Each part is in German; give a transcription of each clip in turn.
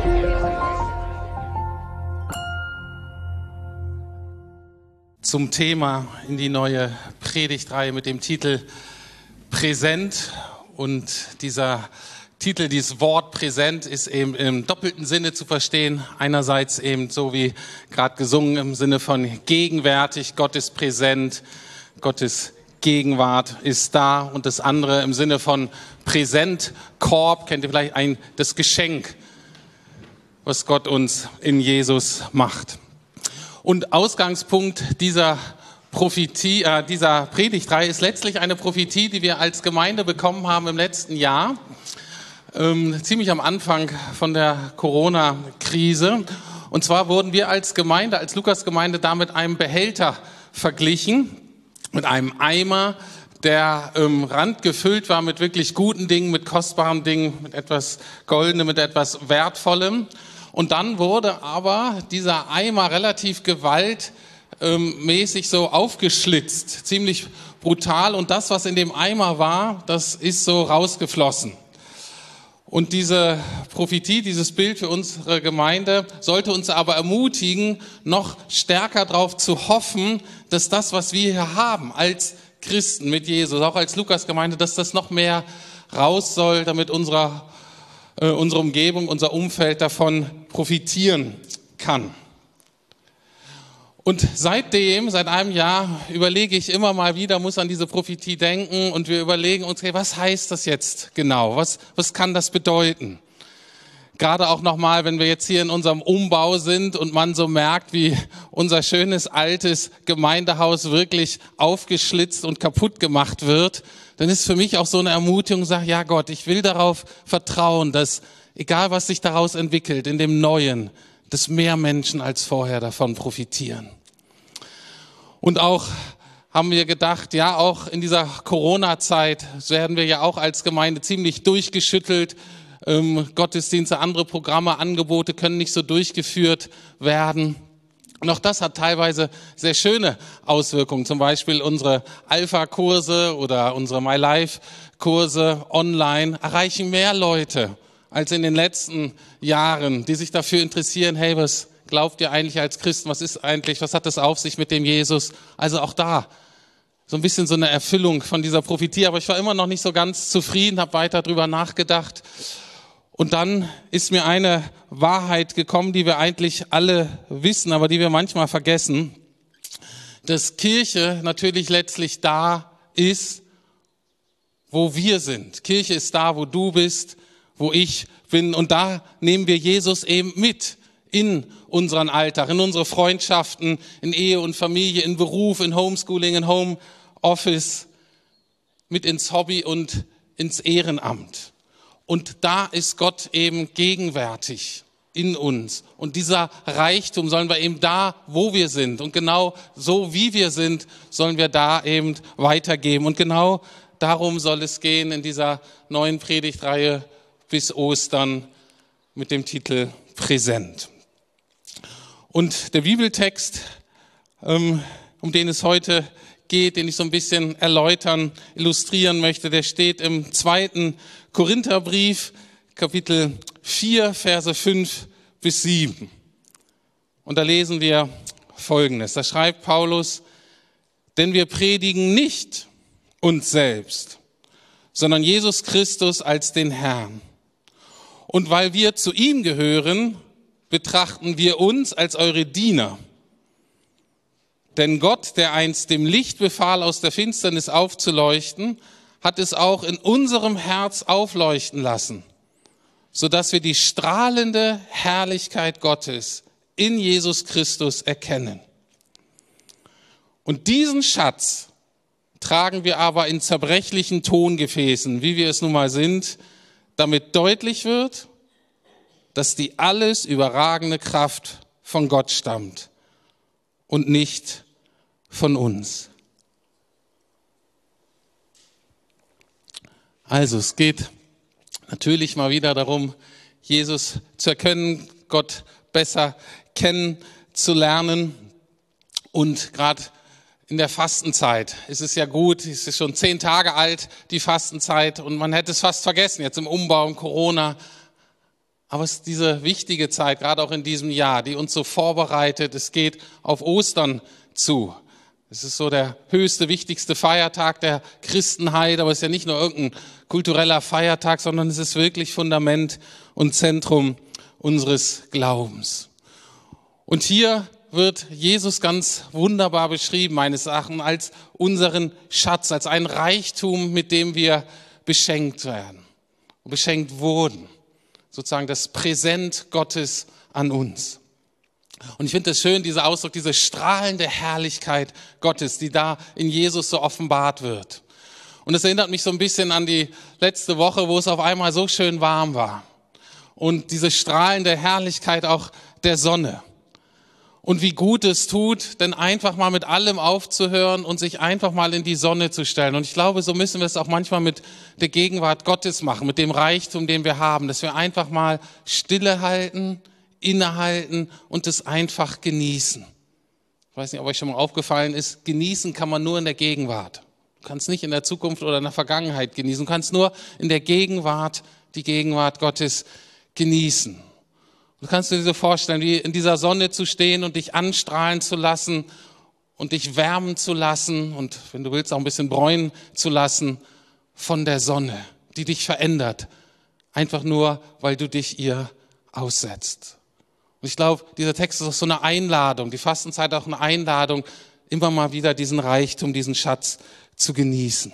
Zum Thema in die neue Predigtreihe mit dem Titel Präsent. Und dieser Titel, dieses Wort Präsent, ist eben im doppelten Sinne zu verstehen. Einerseits eben so wie gerade gesungen im Sinne von gegenwärtig, Gott ist präsent, Gottes Gegenwart ist da. Und das andere im Sinne von Präsentkorb, kennt ihr vielleicht das Geschenk, was Gott uns in Jesus macht. Und Ausgangspunkt dieser Predigtreihe ist letztlich eine Prophetie, die wir als Gemeinde bekommen haben im letzten Jahr, ziemlich am Anfang von der Corona-Krise. Und zwar wurden wir als Gemeinde, als Lukas-Gemeinde, da mit einem Behälter verglichen, mit einem Eimer, der Rand gefüllt war mit wirklich guten Dingen, mit kostbaren Dingen, mit etwas Goldenem, mit etwas Wertvollem. Und dann wurde aber dieser Eimer relativ gewaltmäßig so aufgeschlitzt, ziemlich brutal. Und das, was in dem Eimer war, das ist so rausgeflossen. Und diese Prophetie, dieses Bild für unsere Gemeinde sollte uns aber ermutigen, noch stärker darauf zu hoffen, dass das, was wir hier haben als Christen mit Jesus, auch als Lukas-Gemeinde, dass das noch mehr raus soll, damit unsere Umgebung, unser Umfeld davon profitieren kann. Und seit einem Jahr überlege ich immer mal wieder, muss an diese Prophetie denken und wir überlegen uns, hey, was heißt das jetzt genau? Was kann das bedeuten? Gerade auch nochmal, wenn wir jetzt hier in unserem Umbau sind und man so merkt, wie unser schönes altes Gemeindehaus wirklich aufgeschlitzt und kaputt gemacht wird, dann ist für mich auch so eine Ermutigung, sag, ja Gott, ich will darauf vertrauen, dass egal was sich daraus entwickelt, in dem Neuen, dass mehr Menschen als vorher davon profitieren. Und auch haben wir gedacht, ja, auch in dieser Corona-Zeit werden wir ja auch als Gemeinde ziemlich durchgeschüttelt. Gottesdienste, andere Programme, Angebote können nicht so durchgeführt werden. Und auch das hat teilweise sehr schöne Auswirkungen. Zum Beispiel unsere Alpha-Kurse oder unsere MyLife-Kurse online erreichen mehr Leute als in den letzten Jahren, die sich dafür interessieren, hey, was glaubt ihr eigentlich als Christen? Was hat das auf sich mit dem Jesus? Also auch da so ein bisschen so eine Erfüllung von dieser Prophetie. Aber ich war immer noch nicht so ganz zufrieden, habe weiter drüber nachgedacht. Und dann ist mir eine Wahrheit gekommen, die wir eigentlich alle wissen, aber die wir manchmal vergessen, dass Kirche natürlich letztlich da ist, wo wir sind. Kirche ist da, wo du bist, wo ich bin. Und da nehmen wir Jesus eben mit in unseren Alltag, in unsere Freundschaften, in Ehe und Familie, in Beruf, in Homeschooling, in Homeoffice, mit ins Hobby und ins Ehrenamt. Und da ist Gott eben gegenwärtig in uns. Und dieser Reichtum sollen wir eben da, wo wir sind. Und genau so, wie wir sind, sollen wir da eben weitergeben. Und genau darum soll es gehen in dieser neuen Predigtreihe bis Ostern mit dem Titel Präsent. Und der Bibeltext, um den es heute geht, den ich so ein bisschen illustrieren möchte, der steht im 2. Korintherbrief, Kapitel 4, Verse 5 bis 7. Und da lesen wir Folgendes. Da schreibt Paulus: Denn wir predigen nicht uns selbst, sondern Jesus Christus als den Herrn. Und weil wir zu ihm gehören, betrachten wir uns als eure Diener. Denn Gott, der einst dem Licht befahl, aus der Finsternis aufzuleuchten, hat es auch in unserem Herz aufleuchten lassen, sodass wir die strahlende Herrlichkeit Gottes in Jesus Christus erkennen. Und diesen Schatz tragen wir aber in zerbrechlichen Tongefäßen, wie wir es nun mal sind, damit deutlich wird, dass die alles überragende Kraft von Gott stammt und nicht von uns. Also es geht natürlich mal wieder darum, Jesus zu erkennen, Gott besser kennenzulernen. Und gerade in der Fastenzeit ist es ja gut, es ist schon 10 Tage alt, die Fastenzeit, und man hätte es fast vergessen, jetzt im Umbau, in Corona. Aber es ist diese wichtige Zeit, gerade auch in diesem Jahr, die uns so vorbereitet. Es geht auf Ostern zu. Es ist so der höchste, wichtigste Feiertag der Christenheit, aber es ist ja nicht nur irgendein kultureller Feiertag, sondern es ist wirklich Fundament und Zentrum unseres Glaubens. Und hier wird Jesus ganz wunderbar beschrieben, meines Erachtens, als unseren Schatz, als einen Reichtum, mit dem wir beschenkt werden und beschenkt wurden. Sozusagen das Präsent Gottes an uns. Und ich finde es schön, dieser Ausdruck, diese strahlende Herrlichkeit Gottes, die da in Jesus so offenbart wird. Und es erinnert mich so ein bisschen an die letzte Woche, wo es auf einmal so schön warm war. Und diese strahlende Herrlichkeit auch der Sonne. Und wie gut es tut, denn einfach mal mit allem aufzuhören und sich einfach mal in die Sonne zu stellen. Und ich glaube, so müssen wir es auch manchmal mit der Gegenwart Gottes machen, mit dem Reichtum, den wir haben, dass wir einfach mal Stille halten, innehalten und es einfach genießen. Ich weiß nicht, ob euch schon mal aufgefallen ist, genießen kann man nur in der Gegenwart. Du kannst nicht in der Zukunft oder in der Vergangenheit genießen. Du kannst nur in der Gegenwart die Gegenwart Gottes genießen. Du kannst dir so vorstellen, wie in dieser Sonne zu stehen und dich anstrahlen zu lassen und dich wärmen zu lassen und, wenn du willst, auch ein bisschen bräunen zu lassen von der Sonne, die dich verändert. Einfach nur, weil du dich ihr aussetzt. Und ich glaube, dieser Text ist auch so eine Einladung, die Fastenzeit auch eine Einladung, immer mal wieder diesen Reichtum, diesen Schatz zu genießen.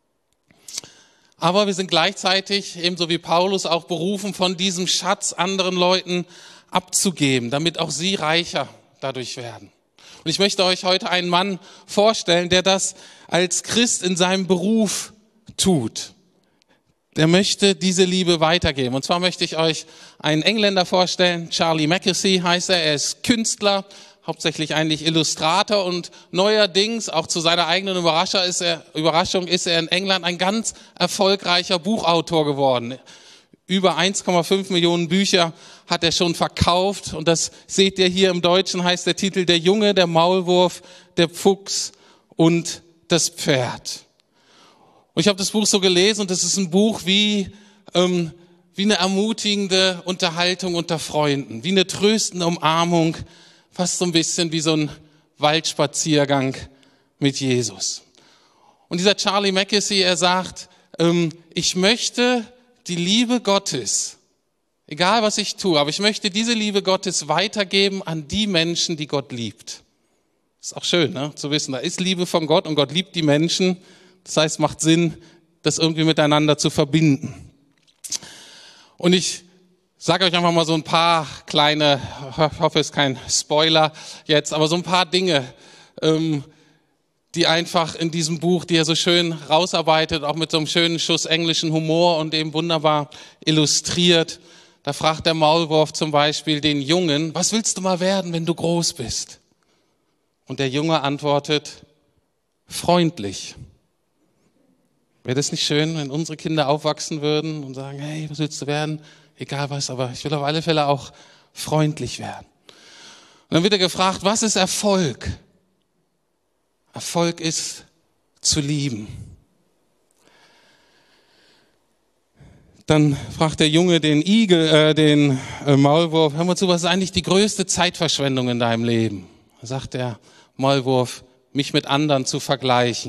Aber wir sind gleichzeitig, ebenso wie Paulus, auch berufen, von diesem Schatz anderen Leuten abzugeben, damit auch sie reicher dadurch werden. Und ich möchte euch heute einen Mann vorstellen, der das als Christ in seinem Beruf tut. Der möchte diese Liebe weitergeben. Und zwar möchte ich euch einen Engländer vorstellen, Charlie Mackesy heißt er. Er ist Künstler, hauptsächlich eigentlich Illustrator und neuerdings, auch zu seiner eigenen Überraschung, ist er in England ein ganz erfolgreicher Buchautor geworden. Über 1,5 Millionen Bücher hat er schon verkauft und das seht ihr hier im Deutschen, heißt der Titel Der Junge, der Maulwurf, der Fuchs und das Pferd. Und ich habe das Buch so gelesen und das ist ein Buch wie eine ermutigende Unterhaltung unter Freunden, wie eine tröstende Umarmung, fast so ein bisschen wie so ein Waldspaziergang mit Jesus. Und dieser Charlie Mackesy, er sagt, ich möchte die Liebe Gottes, egal was ich tue, aber ich möchte diese Liebe Gottes weitergeben an die Menschen, die Gott liebt. Ist auch schön, ne, zu wissen, da ist Liebe von Gott und Gott liebt die Menschen. Das heißt, es macht Sinn, das irgendwie miteinander zu verbinden. Und ich sage euch einfach mal so ein paar kleine, ich hoffe, es ist kein Spoiler jetzt, aber so ein paar Dinge, die einfach in diesem Buch, die er so schön rausarbeitet, auch mit so einem schönen Schuss englischen Humor und eben wunderbar illustriert. Da fragt der Maulwurf zum Beispiel den Jungen, was willst du mal werden, wenn du groß bist? Und der Junge antwortet, freundlich. Wäre das nicht schön, wenn unsere Kinder aufwachsen würden und sagen, hey, was willst du werden? Egal was, aber ich will auf alle Fälle auch freundlich werden. Und dann wird er gefragt, was ist Erfolg? Erfolg ist zu lieben. Dann fragt der Junge den Maulwurf, hör mal zu, was ist eigentlich die größte Zeitverschwendung in deinem Leben? Da sagt der Maulwurf, mich mit anderen zu vergleichen.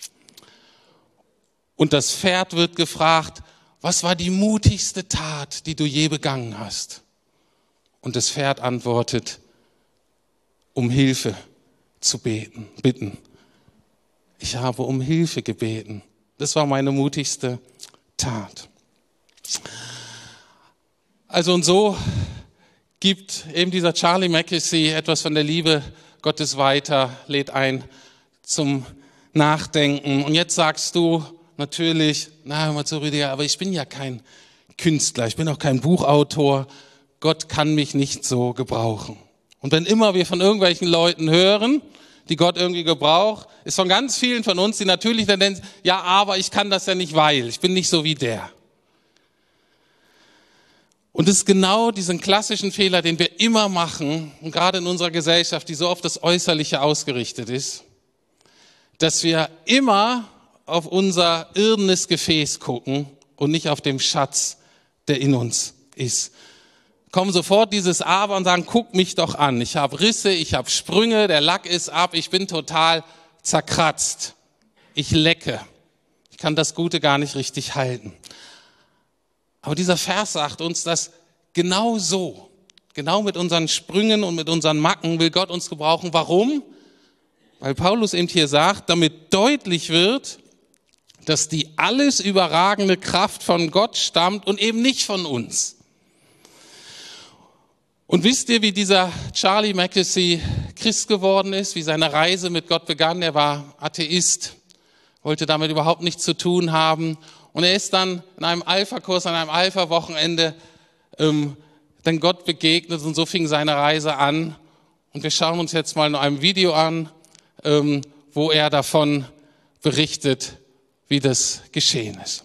Und das Pferd wird gefragt, was war die mutigste Tat, die du je begangen hast? Und das Pferd antwortet, um Hilfe zu bitten. Ich habe um Hilfe gebeten. Das war meine mutigste Tat. Also und so gibt eben dieser Charlie Mackesy etwas von der Liebe Gottes weiter, lädt ein zum Nachdenken. Und jetzt sagst du natürlich, na hör mal zu Rüdiger, aber ich bin ja kein Künstler, ich bin auch kein Buchautor. Gott kann mich nicht so gebrauchen. Und wenn immer wir von irgendwelchen Leuten hören, die Gott irgendwie gebraucht, ist von ganz vielen von uns, die natürlich dann denken, ja, aber ich kann das ja nicht, weil ich bin nicht so wie der. Und es ist genau diesen klassischen Fehler, den wir immer machen, und gerade in unserer Gesellschaft, die so auf das Äußerliche ausgerichtet ist, dass wir immer auf unser irdenes Gefäß gucken und nicht auf den Schatz, der in uns ist. kommen sofort dieses Aber und sagen, guck mich doch an. Ich habe Risse, ich habe Sprünge, der Lack ist ab, ich bin total zerkratzt. Ich lecke. Ich kann das Gute gar nicht richtig halten. Aber dieser Vers sagt uns, dass genau so, genau mit unseren Sprüngen und mit unseren Macken will Gott uns gebrauchen. Warum? Weil Paulus eben hier sagt, damit deutlich wird, dass die alles überragende Kraft von Gott stammt und eben nicht von uns. Und wisst ihr, wie dieser Charlie Mackesy Christ geworden ist, wie seine Reise mit Gott begann? Er war Atheist, wollte damit überhaupt nichts zu tun haben. Und er ist dann in einem Alpha-Kurs, an einem Alpha-Wochenende dann Gott begegnet und so fing seine Reise an. Und wir schauen uns jetzt mal noch ein Video an, wo er davon berichtet, wie das geschehen ist.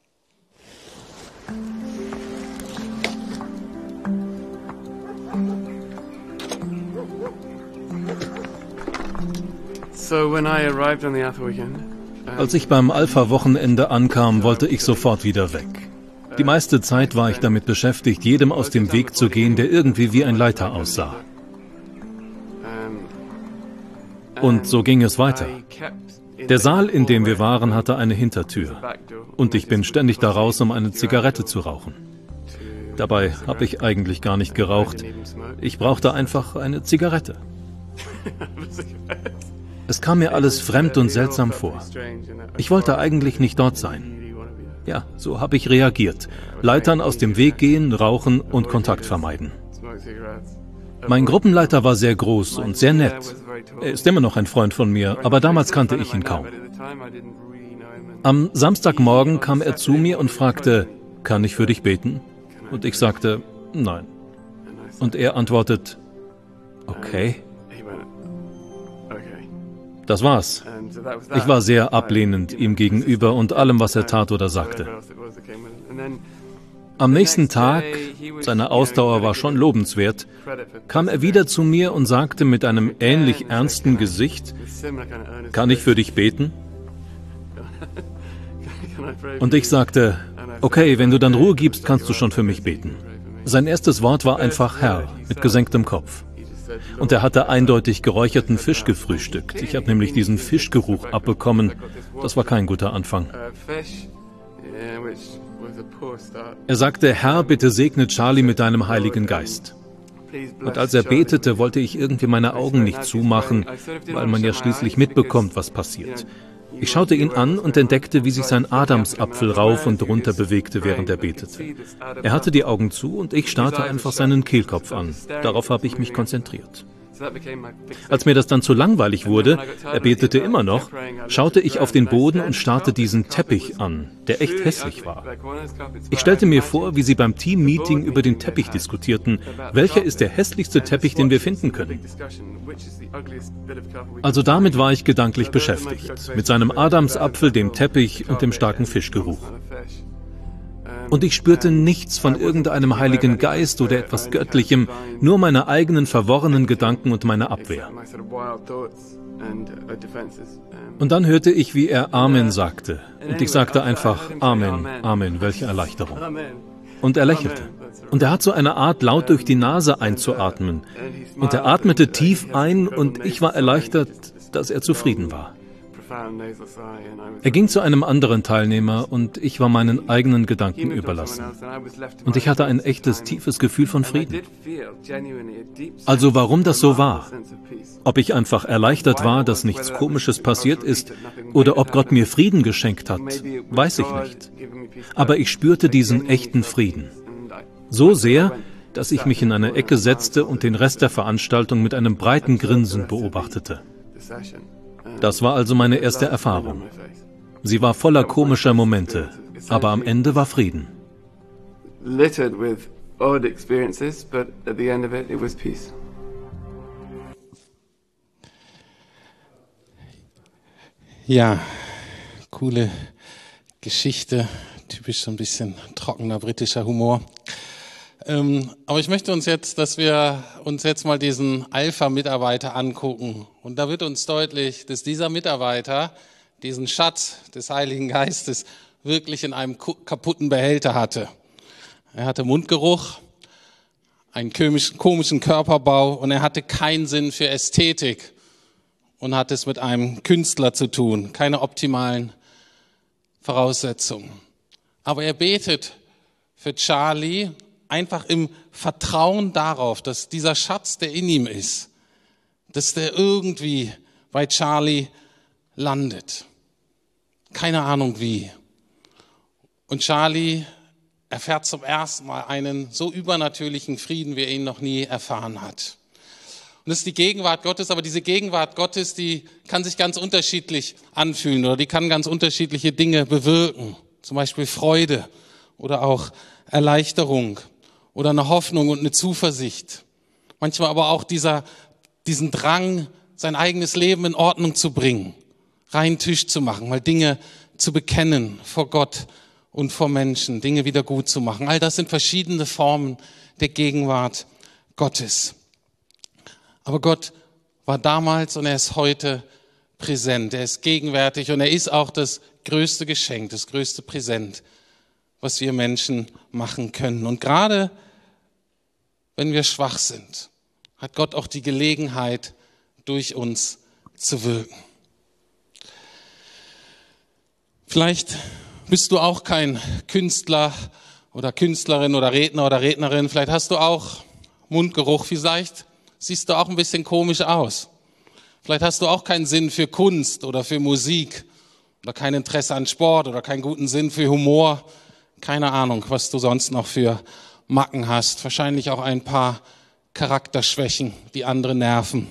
Als ich beim Alpha-Wochenende ankam, wollte ich sofort wieder weg. Die meiste Zeit war ich damit beschäftigt, jedem aus dem Weg zu gehen, der irgendwie wie ein Leiter aussah. Und so ging es weiter. Der Saal, in dem wir waren, hatte eine Hintertür. Und ich bin ständig da raus, um eine Zigarette zu rauchen. Dabei habe ich eigentlich gar nicht geraucht. Ich brauchte einfach eine Zigarette. Es kam mir alles fremd und seltsam vor. Ich wollte eigentlich nicht dort sein. Ja, so habe ich reagiert. Leitern aus dem Weg gehen, rauchen und Kontakt vermeiden. Mein Gruppenleiter war sehr groß und sehr nett. Er ist immer noch ein Freund von mir, aber damals kannte ich ihn kaum. Am Samstagmorgen kam er zu mir und fragte, kann ich für dich beten? Und ich sagte, nein. Und er antwortet, okay. Das war's. Ich war sehr ablehnend ihm gegenüber und allem, was er tat oder sagte. Am nächsten Tag, seine Ausdauer war schon lobenswert, kam er wieder zu mir und sagte mit einem ähnlich ernsten Gesicht, kann ich für dich beten? Und ich sagte, okay, wenn du dann Ruhe gibst, kannst du schon für mich beten. Sein erstes Wort war einfach Herr, mit gesenktem Kopf. Und er hatte eindeutig geräucherten Fisch gefrühstückt. Ich habe nämlich diesen Fischgeruch abbekommen. Das war kein guter Anfang. Er sagte, Herr, bitte segne Charlie mit deinem Heiligen Geist. Und als er betete, wollte ich irgendwie meine Augen nicht zumachen, weil man ja schließlich mitbekommt, was passiert. Ich schaute ihn an und entdeckte, wie sich sein Adamsapfel rauf und runter bewegte, während er betete. Er hatte die Augen zu und ich starrte einfach seinen Kehlkopf an. Darauf habe ich mich konzentriert. Als mir das dann zu langweilig wurde, er betete immer noch, schaute ich auf den Boden und starrte diesen Teppich an, der echt hässlich war. Ich stellte mir vor, wie sie beim Team-Meeting über den Teppich diskutierten, welcher ist der hässlichste Teppich, den wir finden können. Also damit war ich gedanklich beschäftigt, mit seinem Adamsapfel, dem Teppich und dem starken Fischgeruch. Und ich spürte nichts von irgendeinem Heiligen Geist oder etwas Göttlichem, nur meine eigenen verworrenen Gedanken und meine Abwehr. Und dann hörte ich, wie er Amen sagte. Und ich sagte einfach, Amen, Amen, welche Erleichterung. Und er lächelte. Und er hat so eine Art, laut durch die Nase einzuatmen. Und er atmete tief ein und ich war erleichtert, dass er zufrieden war. Er ging zu einem anderen Teilnehmer und ich war meinen eigenen Gedanken überlassen. Und ich hatte ein echtes, tiefes Gefühl von Frieden. Also warum das so war? Ob ich einfach erleichtert war, dass nichts Komisches passiert ist, oder ob Gott mir Frieden geschenkt hat, weiß ich nicht. Aber ich spürte diesen echten Frieden. So sehr, dass ich mich in eine Ecke setzte und den Rest der Veranstaltung mit einem breiten Grinsen beobachtete. Das war also meine erste Erfahrung. Sie war voller komischer Momente, aber am Ende war Frieden. Ja, coole Geschichte, typisch so ein bisschen trockener britischer Humor. Aber ich möchte dass wir uns jetzt mal diesen Alpha-Mitarbeiter angucken. Und da wird uns deutlich, dass dieser Mitarbeiter diesen Schatz des Heiligen Geistes wirklich in einem kaputten Behälter hatte. Er hatte Mundgeruch, einen komischen Körperbau und er hatte keinen Sinn für Ästhetik und hat es mit einem Künstler zu tun, keine optimalen Voraussetzungen. Aber er betet für Charlie einfach im Vertrauen darauf, dass dieser Schatz, der in ihm ist, dass der irgendwie bei Charlie landet. Keine Ahnung wie. Und Charlie erfährt zum ersten Mal einen so übernatürlichen Frieden, wie er ihn noch nie erfahren hat. Und das ist die Gegenwart Gottes, aber diese Gegenwart Gottes, die kann sich ganz unterschiedlich anfühlen oder die kann ganz unterschiedliche Dinge bewirken. Zum Beispiel Freude oder auch Erleichterung oder eine Hoffnung und eine Zuversicht. Manchmal aber auch diesen Drang, sein eigenes Leben in Ordnung zu bringen, reinen Tisch zu machen, mal Dinge zu bekennen vor Gott und vor Menschen, Dinge wieder gut zu machen. All das sind verschiedene Formen der Gegenwart Gottes. Aber Gott war damals und er ist heute präsent. Er ist gegenwärtig und er ist auch das größte Geschenk, das größte Präsent, was wir Menschen machen können. Und gerade wenn wir schwach sind, hat Gott auch die Gelegenheit, durch uns zu wirken. Vielleicht bist du auch kein Künstler oder Künstlerin oder Redner oder Rednerin. Vielleicht hast du auch Mundgeruch. Vielleicht siehst du auch ein bisschen komisch aus. Vielleicht hast du auch keinen Sinn für Kunst oder für Musik oder kein Interesse an Sport oder keinen guten Sinn für Humor. Keine Ahnung, was du sonst noch für Macken hast. Wahrscheinlich auch ein paar Charakterschwächen, die andere nerven.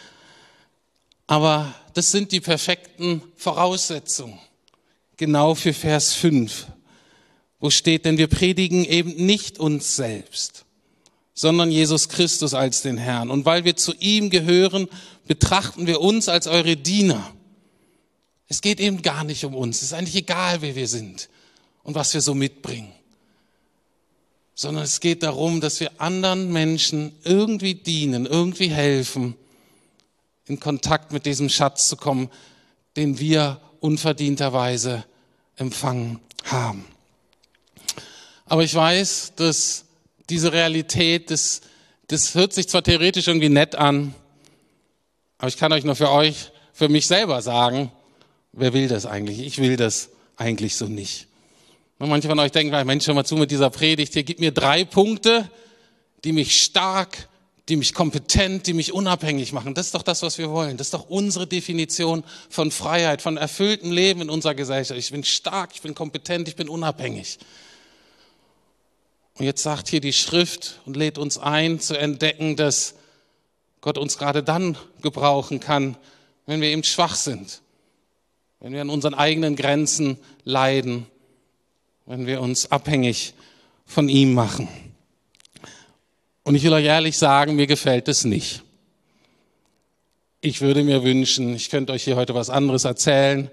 Aber das sind die perfekten Voraussetzungen. Genau für Vers 5, wo steht, denn wir predigen eben nicht uns selbst, sondern Jesus Christus als den Herrn. Und weil wir zu ihm gehören, betrachten wir uns als eure Diener. Es geht eben gar nicht um uns. Es ist eigentlich egal, wer wir sind und was wir so mitbringen. Sondern es geht darum, dass wir anderen Menschen irgendwie dienen, irgendwie helfen, in Kontakt mit diesem Schatz zu kommen, den wir unverdienterweise empfangen haben. Aber ich weiß, dass diese Realität, das hört sich zwar theoretisch irgendwie nett an, aber ich kann euch nur für mich selber sagen, wer will das eigentlich? Ich will das eigentlich so nicht. Und manche von euch denken, Mensch, hör mal zu mit dieser Predigt, hier gib mir 3 Punkte, die mich stark, die mich kompetent, die mich unabhängig machen. Das ist doch das, was wir wollen. Das ist doch unsere Definition von Freiheit, von erfülltem Leben in unserer Gesellschaft. Ich bin stark, ich bin kompetent, ich bin unabhängig. Und jetzt sagt hier die Schrift und lädt uns ein, zu entdecken, dass Gott uns gerade dann gebrauchen kann, wenn wir eben schwach sind, wenn wir an unseren eigenen Grenzen leiden, wenn wir uns abhängig von ihm machen. Und ich will euch ehrlich sagen, mir gefällt es nicht. Ich würde mir wünschen, ich könnte euch hier heute was anderes erzählen.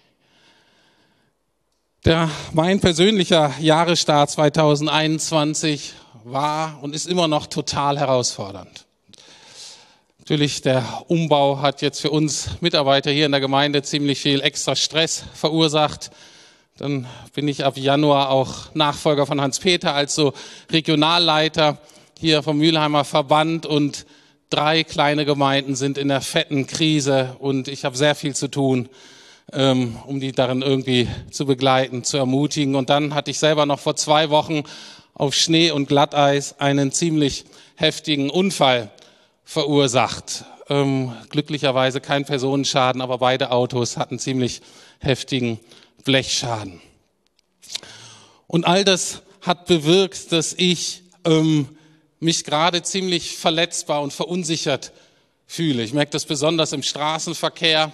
Mein persönlicher Jahresstart 2021 war und ist immer noch total herausfordernd. Natürlich, der Umbau hat jetzt für uns Mitarbeiter hier in der Gemeinde ziemlich viel extra Stress verursacht. Dann bin ich ab Januar auch Nachfolger von Hans-Peter als so Regionalleiter hier vom Mülheimer Verband und 3 kleine Gemeinden sind in der fetten Krise und ich habe sehr viel zu tun, um die darin irgendwie zu begleiten, zu ermutigen. Und dann hatte ich selber noch vor 2 Wochen auf Schnee und Glatteis einen ziemlich heftigen Unfall verursacht. Glücklicherweise kein Personenschaden, aber beide Autos hatten ziemlich heftigen Blechschaden. Und all das hat bewirkt, dass ich mich gerade ziemlich verletzbar und verunsichert fühle. Ich merke das besonders im Straßenverkehr.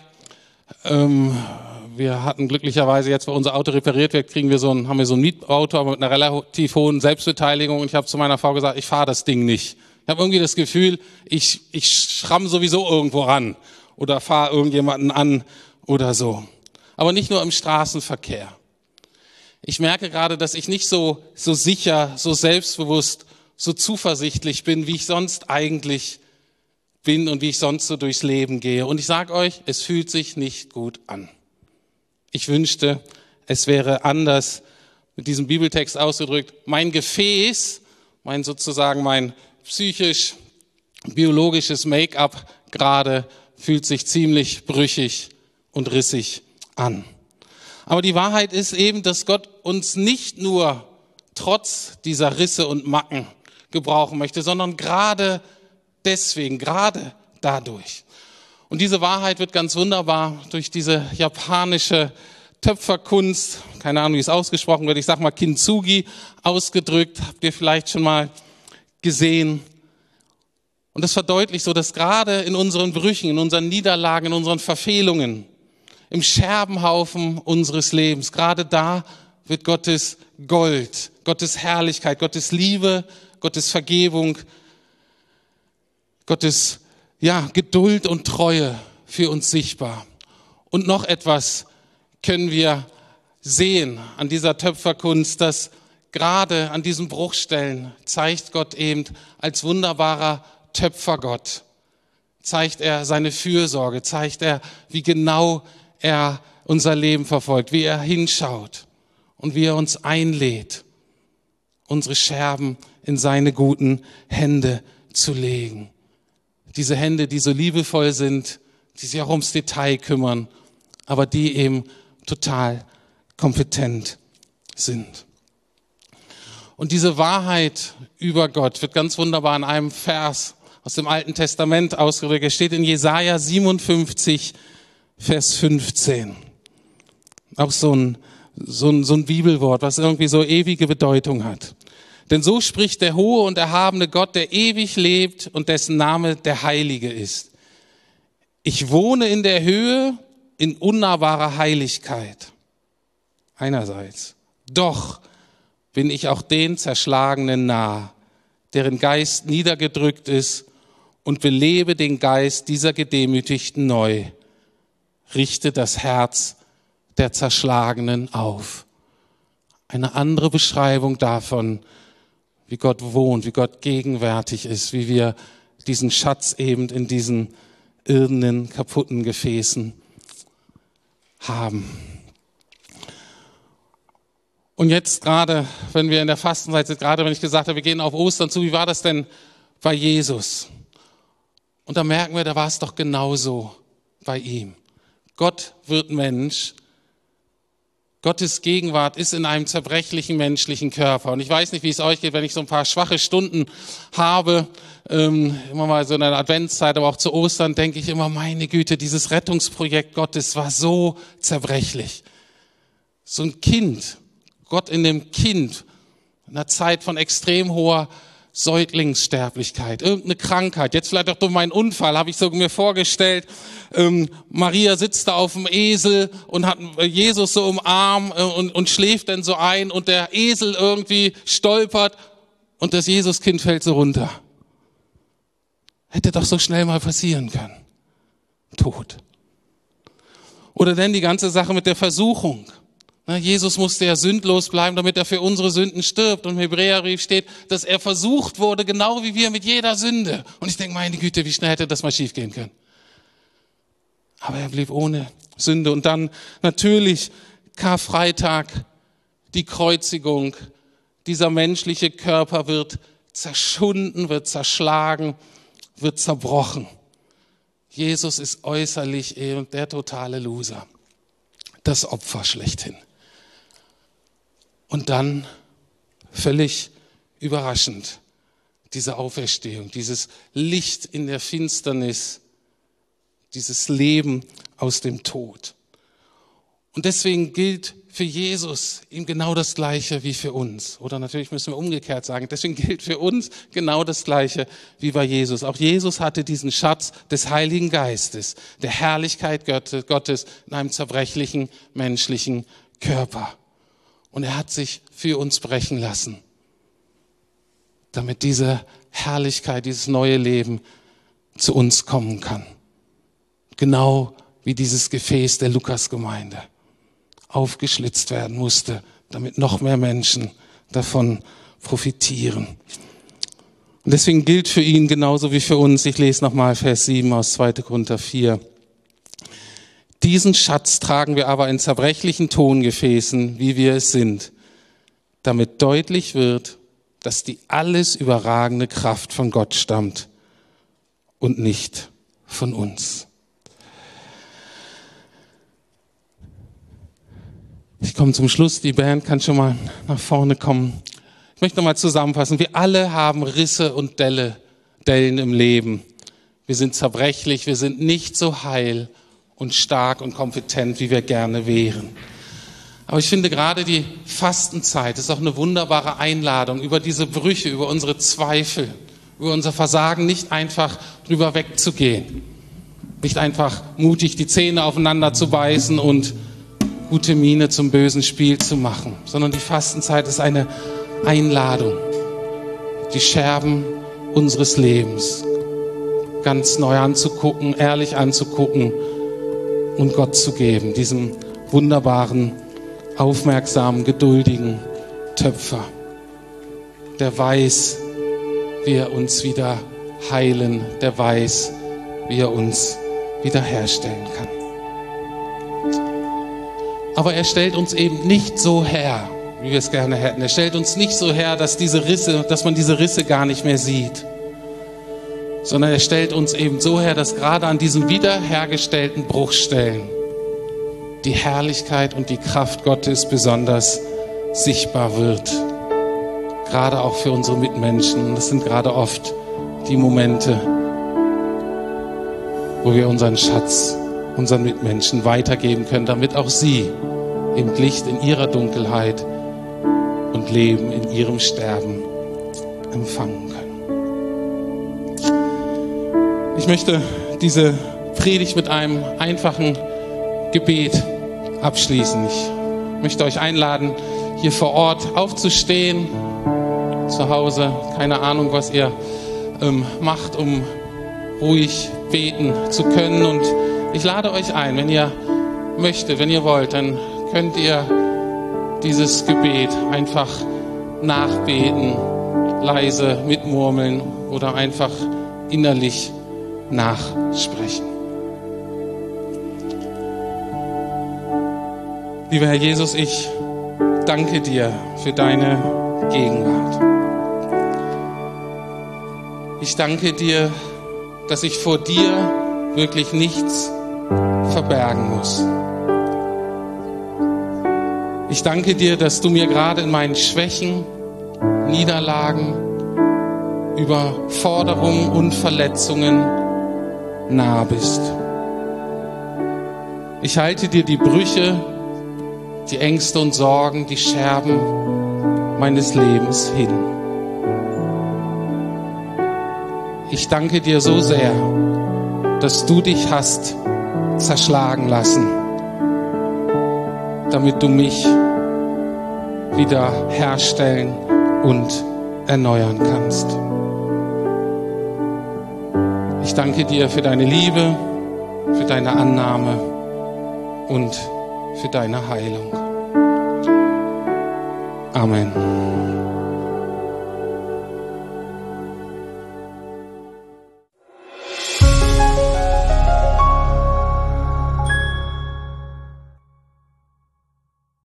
Wir hatten glücklicherweise jetzt, weil unser Auto repariert wird, haben wir so ein Mietauto, aber mit einer relativ hohen Selbstbeteiligung. Und ich habe zu meiner Frau gesagt, ich fahre das Ding nicht. Ich habe irgendwie das Gefühl, ich schramm sowieso irgendwo ran oder fahre irgendjemanden an oder so. Aber nicht nur im Straßenverkehr. Ich merke gerade, dass ich nicht so sicher, so selbstbewusst, so zuversichtlich bin, wie ich sonst eigentlich bin und wie ich sonst so durchs Leben gehe. Und ich sage euch, es fühlt sich nicht gut an. Ich wünschte, es wäre anders, mit diesem Bibeltext ausgedrückt, mein Gefäß mein psychisch-biologisches Make-up gerade fühlt sich ziemlich brüchig und rissig an. Aber die Wahrheit ist eben, dass Gott uns nicht nur trotz dieser Risse und Macken gebrauchen möchte, sondern gerade deswegen, gerade dadurch. Und diese Wahrheit wird ganz wunderbar durch diese japanische Töpferkunst, keine Ahnung, wie es ausgesprochen wird, ich sag mal Kintsugi, ausgedrückt, habt ihr vielleicht schon mal gesehen. Und das verdeutlicht so, dass gerade in unseren Brüchen, in unseren Niederlagen, in unseren Verfehlungen, im Scherbenhaufen unseres Lebens, gerade da wird Gottes Gold, Gottes Herrlichkeit, Gottes Liebe, Gottes Vergebung, Gottes Geduld und Treue für uns sichtbar. Und noch etwas können wir sehen an dieser Töpferkunst, dass gerade an diesen Bruchstellen zeigt Gott eben als wunderbarer Töpfergott, zeigt er seine Fürsorge, zeigt er, wie genau er unser Leben verfolgt, wie er hinschaut und wie er uns einlädt, unsere Scherben in seine guten Hände zu legen. Diese Hände, die so liebevoll sind, die sich auch ums Detail kümmern, aber die eben total kompetent sind. Und diese Wahrheit über Gott wird ganz wunderbar in einem Vers aus dem Alten Testament ausgedrückt. Es steht in Jesaja 57, Vers 15. Auch so ein Bibelwort, was irgendwie so ewige Bedeutung hat. Denn so spricht der hohe und erhabene Gott, der ewig lebt und dessen Name der Heilige ist. Ich wohne in der Höhe in unnahbarer Heiligkeit. Einerseits. Doch bin ich auch den Zerschlagenen nah, deren Geist niedergedrückt ist, und belebe den Geist dieser Gedemütigten neu. Richte das Herz der Zerschlagenen auf. Eine andere Beschreibung davon, wie Gott wohnt, wie Gott gegenwärtig ist, wie wir diesen Schatz eben in diesen irdenen, kaputten Gefäßen haben. Und jetzt gerade, wenn wir in der Fastenzeit sind, gerade wenn ich gesagt habe, wir gehen auf Ostern zu, wie war das denn bei Jesus? Und da merken wir, da war es doch genauso bei ihm. Gott wird Mensch. Gottes Gegenwart ist in einem zerbrechlichen menschlichen Körper. Und ich weiß nicht, wie es euch geht, wenn ich so ein paar schwache Stunden habe, immer mal so in der Adventszeit, aber auch zu Ostern, denke ich immer, meine Güte, dieses Rettungsprojekt Gottes war so zerbrechlich. So ein Kind, Gott in dem Kind, in einer Zeit von extrem hoher Säuglingssterblichkeit, irgendeine Krankheit, jetzt vielleicht auch durch meinen Unfall, habe ich so mir vorgestellt, Maria sitzt da auf dem Esel und hat Jesus so im Arm und schläft dann so ein und der Esel irgendwie stolpert und das Jesuskind fällt so runter. Hätte doch so schnell mal passieren können. Tod. Oder denn die ganze Sache mit der Versuchung. Jesus musste ja sündlos bleiben, damit er für unsere Sünden stirbt. Und im Hebräerbrief steht, dass er versucht wurde, genau wie wir mit jeder Sünde. Und ich denke, meine Güte, wie schnell hätte das mal schief gehen können. Aber er blieb ohne Sünde. Und dann natürlich Karfreitag, die Kreuzigung. Dieser menschliche Körper wird zerschunden, wird zerschlagen, wird zerbrochen. Jesus ist äußerlich eben der totale Loser. Das Opfer schlechthin. Und dann, völlig überraschend, diese Auferstehung, dieses Licht in der Finsternis, dieses Leben aus dem Tod. Und deswegen gilt für Jesus ihm genau das Gleiche wie für uns. Oder natürlich müssen wir umgekehrt sagen, deswegen gilt für uns genau das Gleiche wie bei Jesus. Auch Jesus hatte diesen Schatz des Heiligen Geistes, der Herrlichkeit Gottes in einem zerbrechlichen menschlichen Körper. Und er hat sich für uns brechen lassen, damit diese Herrlichkeit, dieses neue Leben zu uns kommen kann. Genau wie dieses Gefäß der Lukasgemeinde aufgeschlitzt werden musste, damit noch mehr Menschen davon profitieren. Und deswegen gilt für ihn genauso wie für uns, ich lese nochmal Vers 7 aus 2. Korinther 4. Diesen Schatz tragen wir aber in zerbrechlichen Tongefäßen, wie wir es sind, damit deutlich wird, dass die alles überragende Kraft von Gott stammt und nicht von uns. Ich komme zum Schluss, die Band kann schon mal nach vorne kommen. Ich möchte nochmal zusammenfassen, wir alle haben Risse und Dellen im Leben. Wir sind zerbrechlich, wir sind nicht so heil und stark und kompetent, wie wir gerne wären. Aber ich finde gerade die Fastenzeit ist auch eine wunderbare Einladung, über diese Brüche, über unsere Zweifel, über unser Versagen nicht einfach drüber wegzugehen. Nicht einfach mutig die Zähne aufeinander zu beißen und gute Miene zum bösen Spiel zu machen, sondern die Fastenzeit ist eine Einladung, die Scherben unseres Lebens ganz neu anzugucken, ehrlich anzugucken und Gott zu geben, diesem wunderbaren, aufmerksamen, geduldigen Töpfer, der weiß, wie er uns wieder heilen, der weiß, wie er uns wiederherstellen kann. Aber er stellt uns eben nicht so her, wie wir es gerne hätten. Er stellt uns nicht so her, dass man diese Risse gar nicht mehr sieht, sondern er stellt uns eben so her, dass gerade an diesen wiederhergestellten Bruchstellen die Herrlichkeit und die Kraft Gottes besonders sichtbar wird. Gerade auch für unsere Mitmenschen. Und das sind gerade oft die Momente, wo wir unseren Schatz unseren Mitmenschen weitergeben können, damit auch sie im Licht in ihrer Dunkelheit und Leben in ihrem Sterben empfangen können. Ich möchte diese Predigt mit einem einfachen Gebet abschließen. Ich möchte euch einladen, hier vor Ort aufzustehen, zu Hause, keine Ahnung, was ihr macht, um ruhig beten zu können. Und ich lade euch ein, wenn ihr möchtet, wenn ihr wollt, dann könnt ihr dieses Gebet einfach nachbeten, leise mitmurmeln oder einfach innerlich nachsprechen. Lieber Herr Jesus, ich danke dir für deine Gegenwart. Ich danke dir, dass ich vor dir wirklich nichts verbergen muss. Ich danke dir, dass du mir gerade in meinen Schwächen, Niederlagen, Überforderungen und Verletzungen nah bist. Ich halte dir die Brüche, die Ängste und Sorgen, die Scherben meines Lebens hin. Ich danke dir so sehr, dass du dich hast zerschlagen lassen, damit du mich wieder herstellen und erneuern kannst. Ich danke dir für deine Liebe, für deine Annahme und für deine Heilung. Amen.